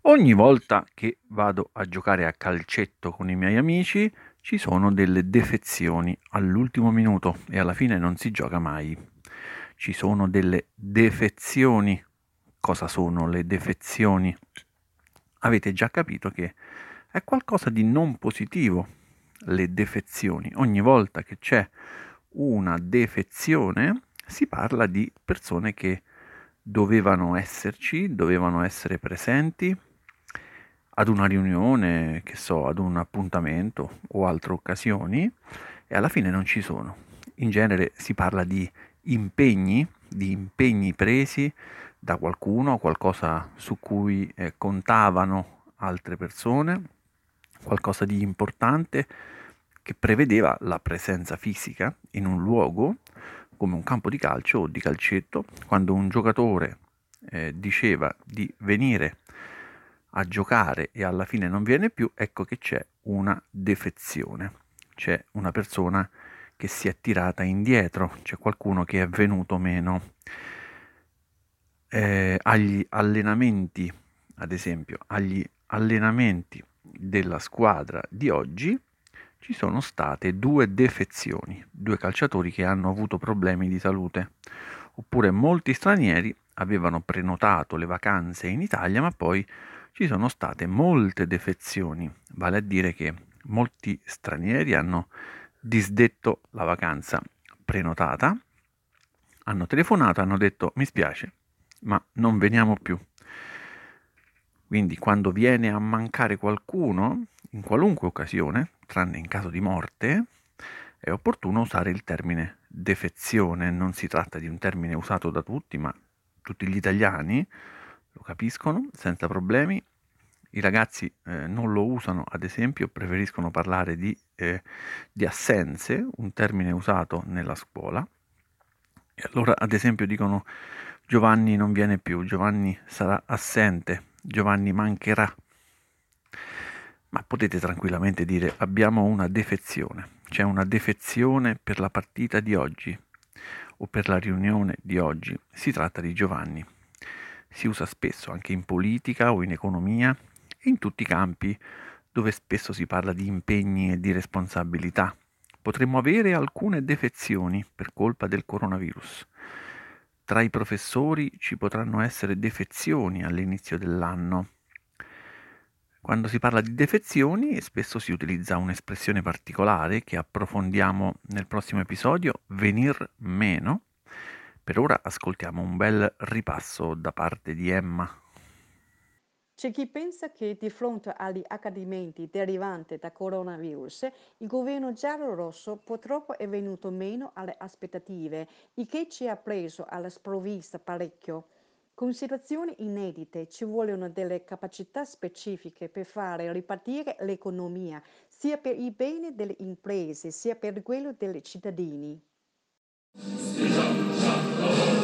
Ogni volta che vado a giocare a calcetto con i miei amici ci sono delle defezioni all'ultimo minuto e alla fine non si gioca mai. Ci sono delle defezioni. Cosa sono le defezioni? Avete già capito che è qualcosa di non positivo. Le defezioni. Ogni volta che c'è una defezione si parla di persone che dovevano esserci, dovevano essere presenti ad una riunione, che so, ad un appuntamento o altre occasioni e alla fine non ci sono. In genere si parla di impegni presi da qualcuno, qualcosa su cui contavano altre persone, qualcosa di importante che prevedeva la presenza fisica in un luogo come un campo di calcio o di calcetto, quando un giocatore diceva di venire a giocare e alla fine non viene più, ecco che c'è una defezione, c'è una persona che si è tirata indietro, c'è qualcuno che è venuto meno agli allenamenti, ad esempio, agli allenamenti della squadra di oggi ci sono state due defezioni, due calciatori che hanno avuto problemi di salute, oppure molti stranieri avevano prenotato le vacanze in Italia, ma poi ci sono state molte defezioni, vale a dire che molti stranieri hanno disdetto la vacanza prenotata, hanno telefonato e hanno detto mi spiace, ma non veniamo più. Quindi quando viene a mancare qualcuno, in qualunque occasione, tranne in caso di morte, è opportuno usare il termine defezione. Non si tratta di un termine usato da tutti, ma tutti gli italiani lo capiscono senza problemi. I ragazzi non lo usano, ad esempio, preferiscono parlare di assenze, un termine usato nella scuola. E allora, ad esempio, dicono Giovanni non viene più, Giovanni sarà assente, Giovanni mancherà. Ma potete tranquillamente dire abbiamo una defezione, c'è una defezione per la partita di oggi o per la riunione di oggi, si tratta di Giovanni. Si usa spesso anche in politica o in economia e in tutti i campi dove spesso si parla di impegni e di responsabilità. Potremmo avere alcune defezioni per colpa del coronavirus. Tra i professori ci potranno essere defezioni all'inizio dell'anno. Quando si parla di defezioni, spesso si utilizza un'espressione particolare che approfondiamo nel prossimo episodio, venir meno. Per ora ascoltiamo un bel ripasso da parte di Emma. C'è chi pensa che di fronte agli accadimenti derivanti da coronavirus, il governo giallo-rosso purtroppo è venuto meno alle aspettative, il che ci ha preso alla sprovvista parecchio. Con situazioni inedite ci vogliono delle capacità specifiche per fare ripartire l'economia, sia per il bene delle imprese, sia per quello dei cittadini.